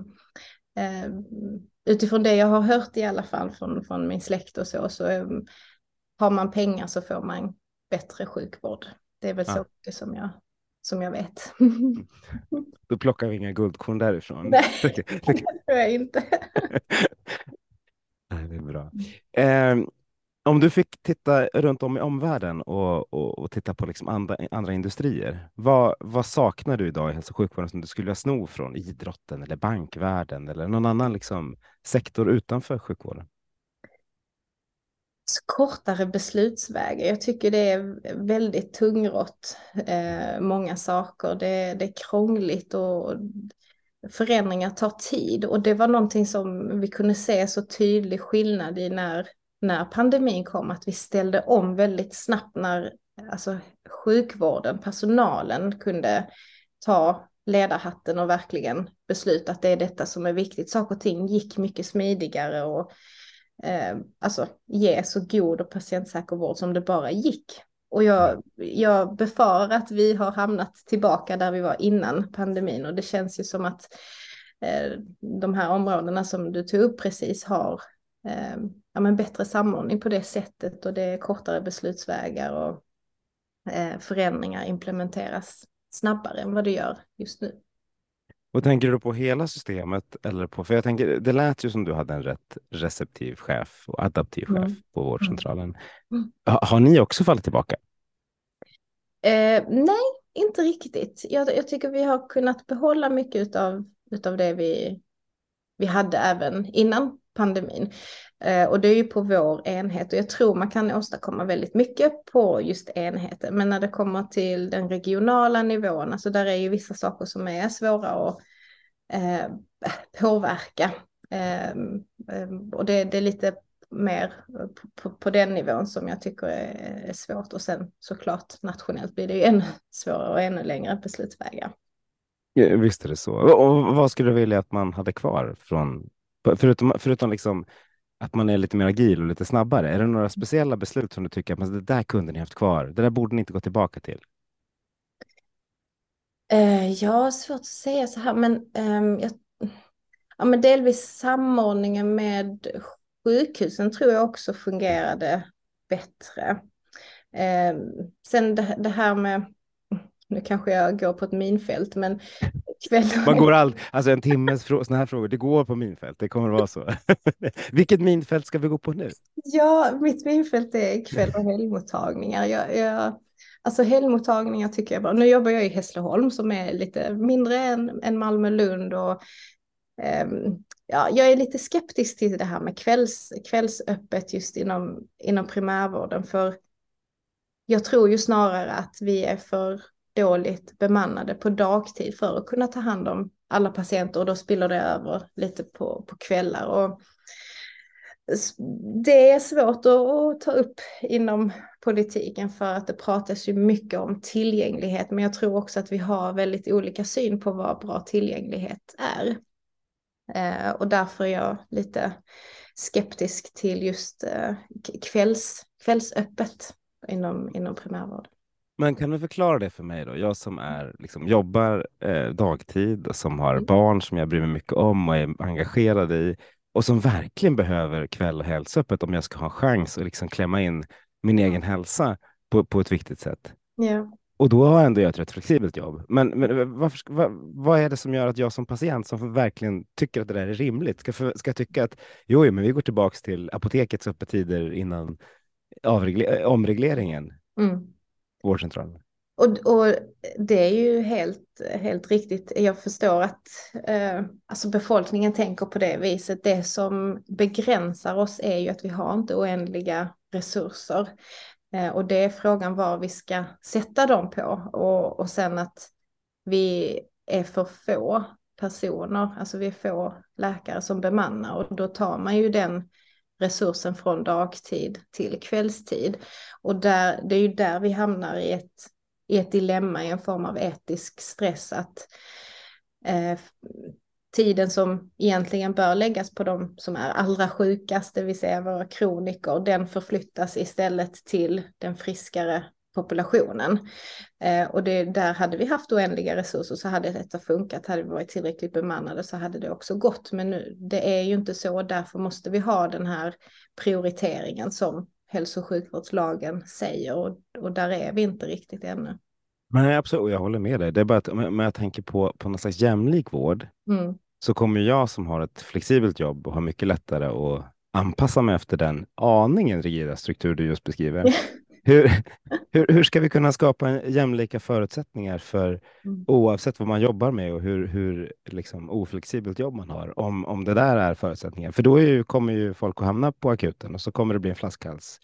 Utifrån det jag har hört i alla fall från min släkt och så har man pengar så får man bättre sjukvård. Det är väl så mycket som jag vet. Då plockar vi inga guldkorn därifrån. Nej, det tror jag inte. Nej, det är bra. Om du fick titta runt om i omvärlden och titta på liksom andra industrier, vad saknar du idag i hälso- och sjukvården som du skulle vilja sno från idrotten eller bankvärlden eller någon annan liksom sektor utanför sjukvården? Kortare beslutsvägar. Jag tycker det är väldigt tungrott, många saker. Det är krångligt och förändringar tar tid. Och det var någonting som vi kunde se så tydlig skillnad i när pandemin kom, att vi ställde om väldigt snabbt när sjukvården, personalen kunde ta ledarhatten och verkligen besluta att det är detta som är viktigt. Saker och ting gick mycket smidigare och ge så god och patientsäker vård som det bara gick. Och jag befarar att vi har hamnat tillbaka där vi var innan pandemin, och det känns ju som att de här områdena som du tog upp precis har bättre samordning på det sättet, och det är kortare beslutsvägar och förändringar implementeras snabbare än vad det gör just nu. Och tänker du på hela systemet eller för jag tänker, det lät ju som du hade en rätt receptiv chef och adaptiv chef på vårdcentralen. Har ni också fallit tillbaka? Nej, inte riktigt. Jag tycker vi har kunnat behålla mycket utav det vi hade även innan pandemin. Och det är ju på vår enhet, och jag tror man kan åstadkomma väldigt mycket på just enheten. Men när det kommer till den regionala nivån, alltså där är ju vissa saker som är svåra att påverka. Och det är lite mer på den nivån som jag tycker är svårt. Och sen såklart nationellt blir det ju ännu svårare och ännu längre beslutsvägar. Ja, visst är det så. Och vad skulle du vilja att man hade kvar förutom liksom att man är lite mer agil och lite snabbare? Är det några speciella beslut som du tycker att det där kunde ni haft kvar? Det där borde ni inte gå tillbaka till? Ja, svårt att säga så här, men delvis samordningen med sjukhusen tror jag också fungerade bättre. Sen det här med, nu kanske jag går på ett minfält, men Man går alltså en timmes såna här frågor, det går på minfält, det kommer att vara så. Vilket minfält ska vi gå på nu? Ja, mitt minfält är kväll- och helgmottagningar. Alltså helgmottagningar tycker jag bara. Nu jobbar jag i Hässleholm som är lite mindre än Malmö-Lund. Och ja, jag är lite skeptisk till det här med kvällsöppet just inom primärvården. För jag tror ju snarare att vi är för dåligt bemannade på dagtid för att kunna ta hand om alla patienter. Och då spiller det över lite på kvällar. Och det är svårt att ta upp inom politiken för att det pratas ju mycket om tillgänglighet, men jag tror också att vi har väldigt olika syn på vad bra tillgänglighet är. Och därför är jag lite skeptisk till just kvällsöppet inom primärvård. Men kan du förklara det för mig då? Jag som jobbar dagtid och som har barn som jag bryr mig mycket om och är engagerad i och som verkligen behöver kväll- och helgsöppet om jag ska ha en chans att liksom klämma in min egen hälsa på ett viktigt sätt. Ja. Och då har ändå jag ett rätt flexibelt jobb. Men vad är det som gör att jag som patient som verkligen tycker att det där är rimligt ska tycka att jo, men vi går tillbaka till apotekets öppettider innan omregleringen, vårdcentralen. Och det är ju helt riktigt. Jag förstår att alltså befolkningen tänker på det viset. Det som begränsar oss är ju att vi har inte oändliga resurser. Och det är frågan var vi ska sätta dem på. Och sen att vi är för få personer, alltså vi är få läkare som bemannar. Och då tar man ju den resursen från dagtid till kvällstid. Och det är ju där vi hamnar i ett dilemma, i en form av etisk stress, att tiden som egentligen bör läggas på de som är allra sjukast, det vill säga våra kroniker, den förflyttas istället till den friskare populationen. Och där hade vi haft oändliga resurser så hade detta funkat. Hade vi varit tillräckligt bemannade så hade det också gått. Men nu, det är ju inte så, och därför måste vi ha den här prioriteringen som hälso- och sjukvårdslagen säger, och där är vi inte riktigt ännu. Nej, absolut, jag håller med dig. Det är bara att om jag tänker på någon slags jämlik vård så kommer jag som har ett flexibelt jobb och har mycket lättare att anpassa mig efter den aningen rigida struktur du just beskriver. Hur ska vi kunna skapa jämlika förutsättningar för oavsett vad man jobbar med och hur liksom oflexibelt jobb man har, om det där är förutsättningen? För då kommer ju folk att hamna på akuten och så kommer det bli en flaskhals.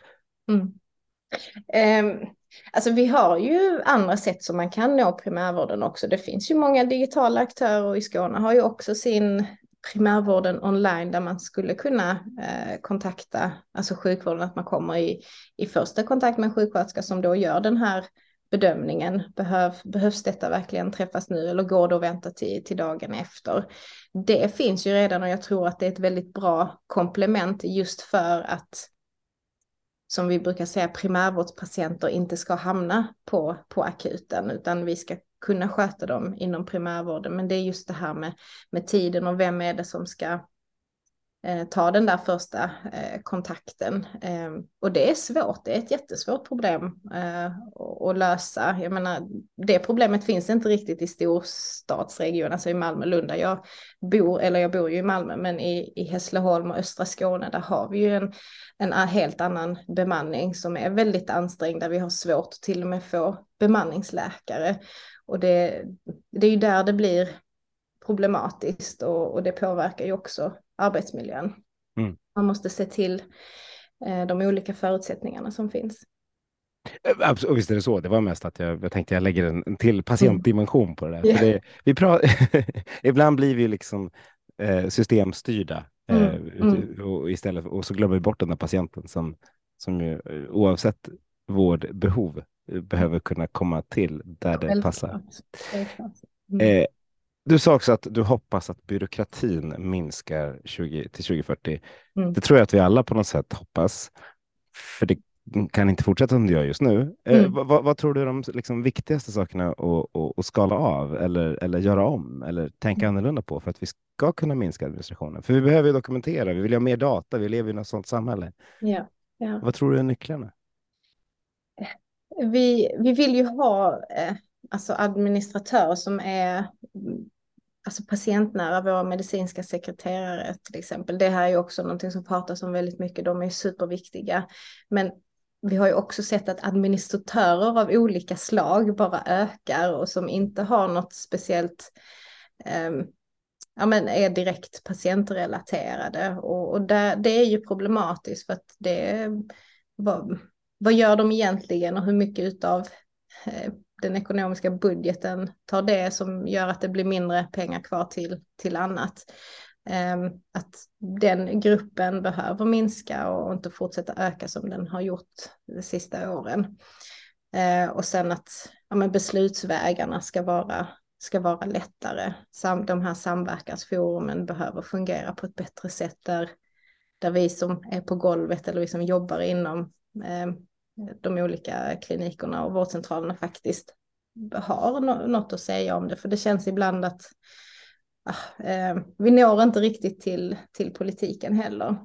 Alltså vi har ju andra sätt som man kan nå primärvården också. Det finns ju många digitala aktörer, och i Skåne har ju också sin primärvården online där man skulle kunna kontakta alltså sjukvården, att man kommer i första kontakt med en sjuksköterska som då gör den här bedömningen. Behövs detta verkligen träffas nu eller går det att vänta till dagen efter? Det finns ju redan, och jag tror att det är ett väldigt bra komplement just för att, som vi brukar säga, primärvårdspatienter inte ska hamna på akuten, utan vi ska kunna sköta dem inom primärvården. Men det är just det här med tiden och vem är det som ska ta den där första kontakten. Och det är svårt, det är ett jättesvårt problem att lösa. Jag menar, det problemet finns inte riktigt i storstadsregionen, alltså i Malmö-Lund där jag bor ju i Malmö, men i Hässleholm och östra Skåne, där har vi ju en helt annan bemanning som är väldigt ansträngd, där vi har svårt att till och med få bemanningsläkare. Och det är ju där det blir problematiskt, och det påverkar ju också arbetsmiljön. Man måste se till de olika förutsättningarna som finns. Absolut, visst är det så. Det var mest att jag tänkte jag lägger en till patientdimension på det där. För ibland blir vi liksom systemstyrda och istället, och så glömmer vi bort den där patienten som ju, oavsett vårdbehov behöver kunna komma till där det passar. Du sa också att du hoppas att byråkratin minskar till 2040. Det tror jag att vi alla på något sätt hoppas. För det kan inte fortsätta som det gör just nu. Vad tror du är de liksom viktigaste sakerna att skala av eller göra om eller tänka annorlunda på för att vi ska kunna minska administrationen? För vi behöver ju dokumentera, vi vill ha mer data, vi lever i något sådant samhälle. Ja. Vad tror du är nycklarna? Vi vill ju ha alltså administratörer som är alltså patientnära, våra medicinska sekreterare till exempel. Det här är ju också någonting som pratas om väldigt mycket. De är superviktiga. Men vi har ju också sett att administratörer av olika slag bara ökar och som inte har något speciellt, ja, men är direkt patientrelaterade. Och det är ju problematiskt för att vad gör de egentligen och hur mycket av den ekonomiska budgeten tar det som gör att det blir mindre pengar kvar till annat. Att den gruppen behöver minska och inte fortsätta öka som den har gjort de sista åren. Och sen att beslutsvägarna ska vara lättare. De här samverkansforumen behöver fungera på ett bättre sätt där vi som är på golvet eller vi som jobbar inom de olika klinikerna och vårdcentralerna faktiskt har något att säga om det. För det känns ibland att vi når inte riktigt till politiken heller.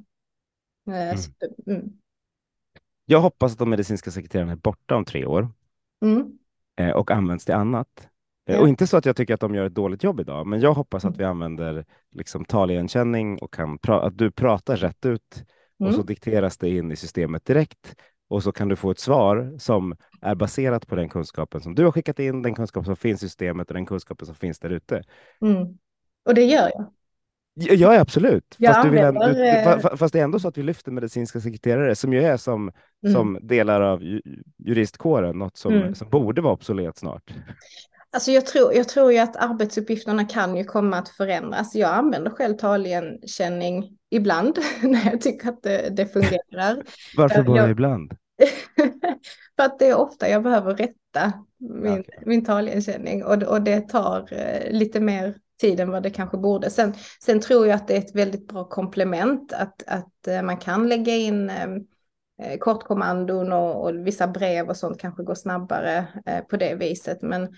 Jag hoppas att de medicinska sekreterarna är borta om 3 år och används till annat. Och inte så att jag tycker att de gör ett dåligt jobb idag, men jag hoppas att vi använder liksom taligenkänning och att du pratar rätt ut och så dikteras det in i systemet direkt. Och så kan du få ett svar som är baserat på den kunskapen som du har skickat in, den kunskap som finns i systemet och den kunskapen som finns där ute. Och det gör jag. Ja, absolut. Fast det är ändå så att vi lyfter medicinska sekreterare som ju är som delar av juristkåren, något som borde vara obsolet snart. Alltså jag tror ju att arbetsuppgifterna kan ju komma att förändras. Jag använder själv taligenkänning ibland när jag tycker att det fungerar. Varför bara ibland? För att det är ofta jag behöver rätta min taligenkänning och det tar lite mer tid än vad det kanske borde. Sen tror jag att det är ett väldigt bra komplement att man kan lägga in kortkommandon och vissa brev och sånt kanske går snabbare på det viset. Men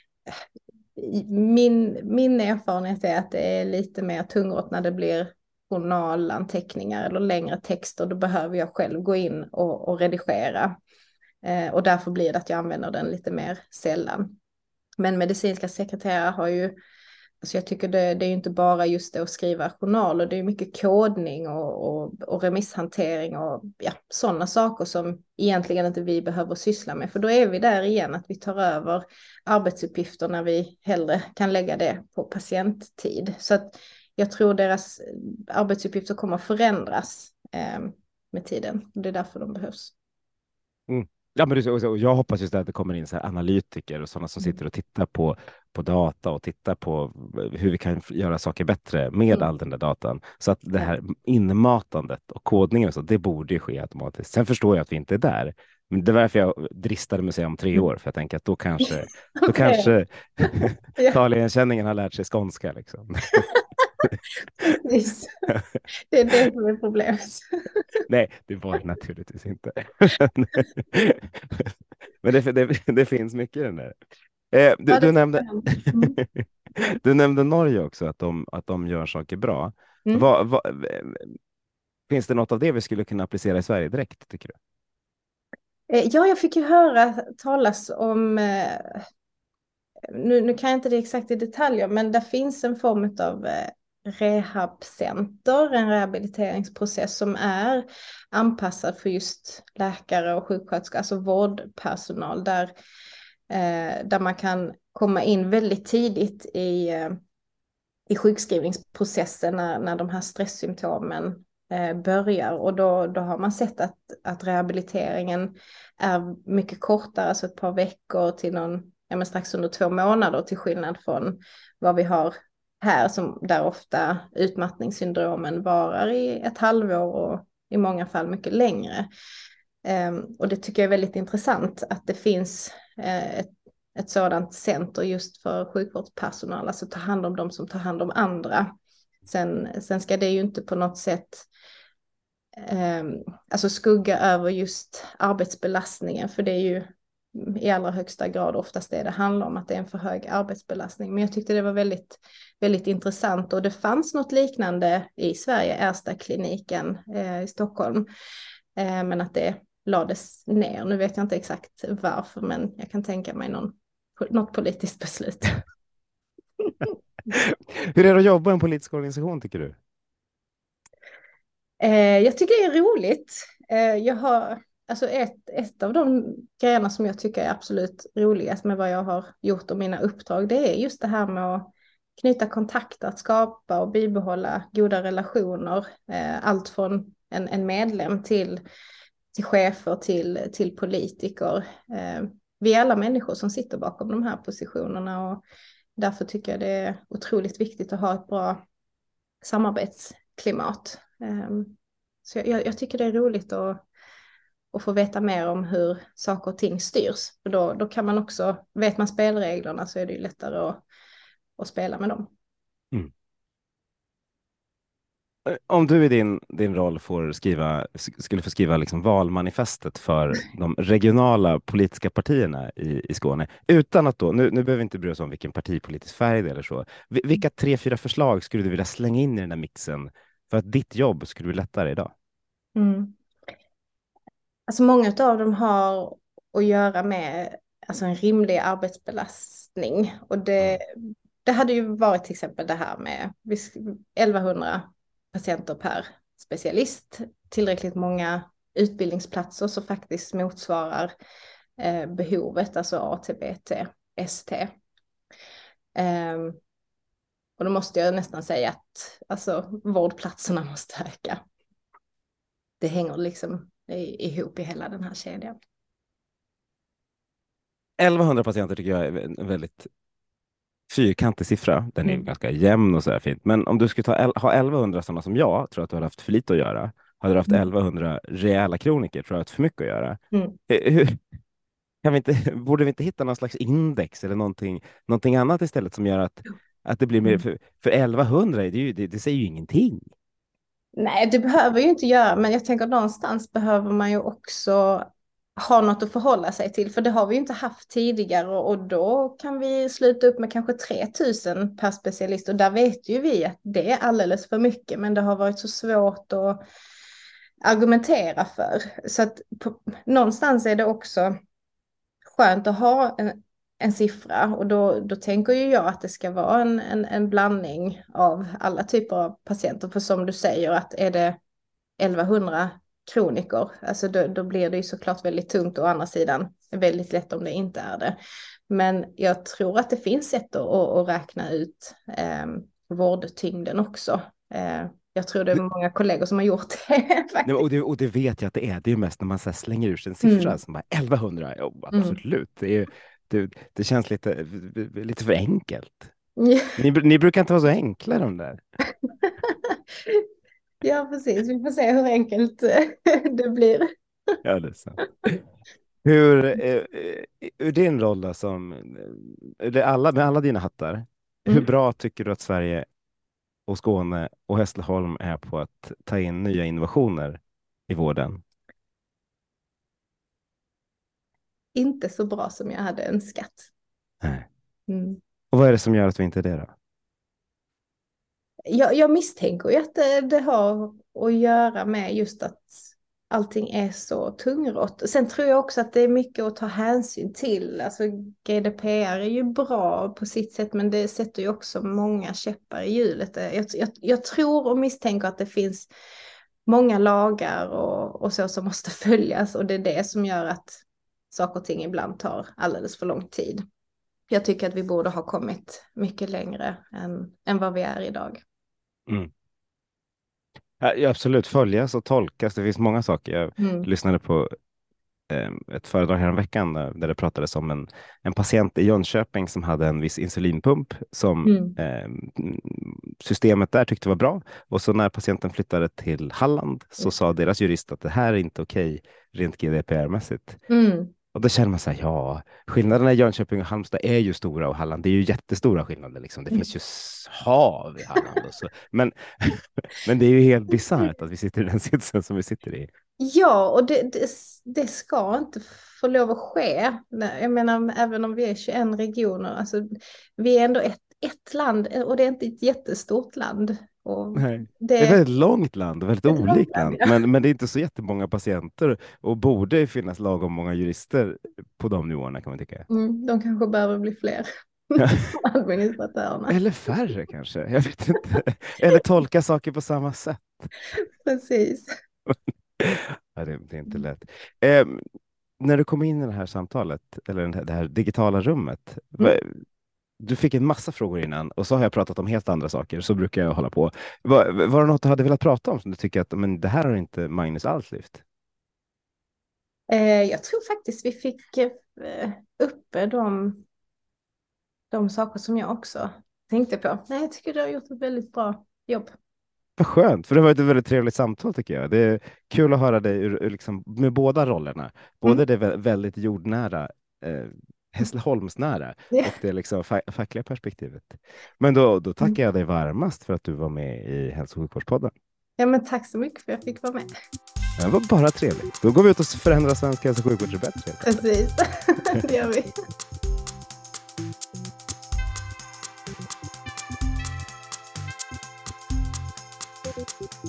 min erfarenhet är att det är lite mer tungrott när det blir journalanteckningar eller längre texter. Då behöver jag själv gå in och redigera. Och därför blir det att jag använder den lite mer sällan. Men medicinska sekreterare har ju, alltså jag tycker det är ju inte bara just det att skriva journaler, det är mycket kodning och remisshantering och sådana saker som egentligen inte vi behöver syssla med. För då är vi där igen att vi tar över arbetsuppgifter när vi hellre kan lägga det på patienttid. Så att jag tror deras arbetsuppgifter kommer att förändras med tiden. Det är därför de behövs. Ja, men jag hoppas just att det kommer in så här analytiker och sådana som sitter och tittar på data och tittar på hur vi kan göra saker bättre med all den där datan. Så att det här inmatandet och kodningen och så, det borde ju ske automatiskt. Sen förstår jag att vi inte är där. Men det var därför jag dristade mig om 3 år, för jag tänker att då kanske taligenkänningen har lärt sig skånska liksom. Precis. Det är det som är problemet. Nej, det var det naturligtvis inte. Men det finns mycket i den där. Du nämnde Norge också, att de gör saker bra. Finns det något av det vi skulle kunna applicera i Sverige direkt, tycker du? Ja, jag fick ju höra talas om, nu kan jag inte det exakt i detaljer, men det finns en form av rehabcenter, en rehabiliteringsprocess som är anpassad för just läkare och sjuksköterskor, alltså vårdpersonal, där man kan komma in väldigt tidigt i sjukskrivningsprocessen när de här stresssymptomen börjar, och då har man sett att rehabiliteringen är mycket kortare, alltså ett par veckor till strax under 2 månader, till skillnad från vad vi har här, där ofta utmattningssyndromen varar i ett halvår och i många fall mycket längre. Och det tycker jag är väldigt intressant att det finns ett sådant center just för sjukvårdspersonal, alltså ta hand om dem som tar hand om andra. Sen ska det ju inte på något sätt alltså skugga över just arbetsbelastningen, för det är ju i allra högsta grad oftast det handlar om, att det är en för hög arbetsbelastning. Men jag tyckte det var väldigt, väldigt intressant, och det fanns något liknande i Sverige, Ersta-kliniken i Stockholm, men att det lades ner. Nu vet jag inte exakt varför, men jag kan tänka mig något politiskt beslut. Hur är det att jobba i en politisk organisation, tycker du? Jag tycker det är roligt. Jag har, alltså ett av de grejerna som jag tycker är absolut roligast med vad jag har gjort och mina uppdrag, det är just det här med att knyta kontakter, att skapa och bibehålla goda relationer. Allt från en medlem till chefer, till politiker. Vi är alla människor som sitter bakom de här positionerna och därför tycker jag det är otroligt viktigt att ha ett bra samarbetsklimat. Så jag tycker det är roligt att få veta mer om hur saker och ting styrs. För då kan man också, vet man spelreglerna så är det ju lättare att spela med dem. Mm. Om du i din roll skulle få skriva liksom valmanifestet för de regionala politiska partierna i Skåne, utan att då, nu behöver vi inte bry oss om vilken partipolitisk färg det är eller så. Vilka 3-4 förslag skulle du vilja slänga in i den här mixen för att ditt jobb skulle bli lättare idag? Mm. Alltså många av dem har att göra med alltså en rimlig arbetsbelastning. Och det hade ju varit till exempel det här med 1100 patienter per specialist, tillräckligt många utbildningsplatser som faktiskt motsvarar behovet, alltså AT-BT, ST. Och då måste jag nästan säga att alltså, vårdplatserna måste öka. Det hänger liksom ihop i hela den här kedjan. 1100 patienter tycker jag är en väldigt fyrkantig siffra. Den är ganska jämn och så här fint. Men om du skulle ha 1100 sådana som jag, tror att du hade haft för lite att göra. Hade du haft 1100 rejäla kroniker, tror jag att för mycket att göra. Borde vi inte hitta någon slags index eller någonting annat istället som gör att det blir mer, för 1100 det säger ju ingenting. Nej, det behöver ju inte göra, men jag tänker någonstans behöver man ju också ha något att förhålla sig till, för det har vi ju inte haft tidigare och då kan vi sluta upp med kanske 3000 per specialist och där vet ju vi att det är alldeles för mycket, men det har varit så svårt att argumentera för. Så att någonstans är det också skönt att ha en siffra och då tänker ju jag att det ska vara en blandning av alla typer av patienter. För som du säger att är det 1100 kroniker, alltså då blir det ju såklart väldigt tungt och å andra sidan väldigt lätt om det inte är det. Men jag tror att det finns sätt att räkna ut vårdtyngden också. Jag tror det är många kollegor som har gjort det. Nej, och det vet jag att det är. Det är ju mest när man så här slänger ur sig en siffra som bara 1100. Ja, absolut. Det känns lite för enkelt. Ni brukar inte vara så enkla de där. Ja, precis. Vi får se hur enkelt det blir. Ja, det är sant. Ur din roll då, med alla dina hattar, hur bra tycker du att Sverige och Skåne och Hässleholm är på att ta in nya innovationer i vården? Inte så bra som jag hade önskat. Nej. Och vad är det som gör att vi inte är det då? Jag misstänker ju att det har att göra med just att allting är så tungrott. Sen tror jag också att det är mycket att ta hänsyn till. Alltså GDPR är ju bra på sitt sätt, men det sätter ju också många käppar i hjulet. Jag tror och misstänker att det finns många lagar och så som måste följas, och det är det som gör att saker och ting ibland tar alldeles för lång tid. Jag tycker att vi borde ha kommit mycket längre än vad vi är idag. Ja, absolut, följas och tolkas. Det finns många saker. Jag lyssnade på ett föredrag här en veckan där det pratades om en patient i Jönköping som hade en viss insulinpump som systemet där tyckte var bra. Och så när patienten flyttade till Halland så sa deras jurist att det här är inte okej rent GDPR-mässigt. Och då känner man så här, ja, skillnaderna i Jönköping och Halmstad är ju stora och Halland, det är ju jättestora skillnader. Liksom. Det finns ju hav i Halland. Och så. Men det är ju helt bisarrt att vi sitter i den sitsen som vi sitter i. Ja, och det ska inte få lov att ske. Jag menar, även om vi är 21 regioner, alltså, vi är ändå ett land och det är inte ett jättestort land. Nej. Det är ett väldigt långt land och väldigt olikt land. Ja. Men det är inte så jättemånga patienter och borde finnas lagom många jurister på de nivåerna kan man tycka. De kanske behöver bli fler. administratörerna. Eller färre kanske, jag vet inte. Eller tolka saker på samma sätt. Precis. Ja, det är inte lätt. När du kom in i det här samtalet, eller det här digitala rummet, du fick en massa frågor innan och så har jag pratat om helt andra saker, så brukar jag hålla på. Var det något du hade velat prata om som du tycker att men det här har inte Magnus alls lyft? Jag tror faktiskt vi fick uppe de saker som jag också tänkte på. Nej, jag tycker du har gjort ett väldigt bra jobb. Vad skönt, för det var ett väldigt trevligt samtal tycker jag. Det är kul att höra dig liksom, med båda rollerna. Både det väldigt jordnära, Hässleholmsnära och det liksom fackliga perspektivet. Men då tackar jag dig varmast för att du var med i Hälso- och sjukvårdspodden. Ja, men tack så mycket för att jag fick vara med. Det var bara trevligt. Då går vi ut och förändrar svensk hälso- och sjukvård till bättre. Precis, det gör vi.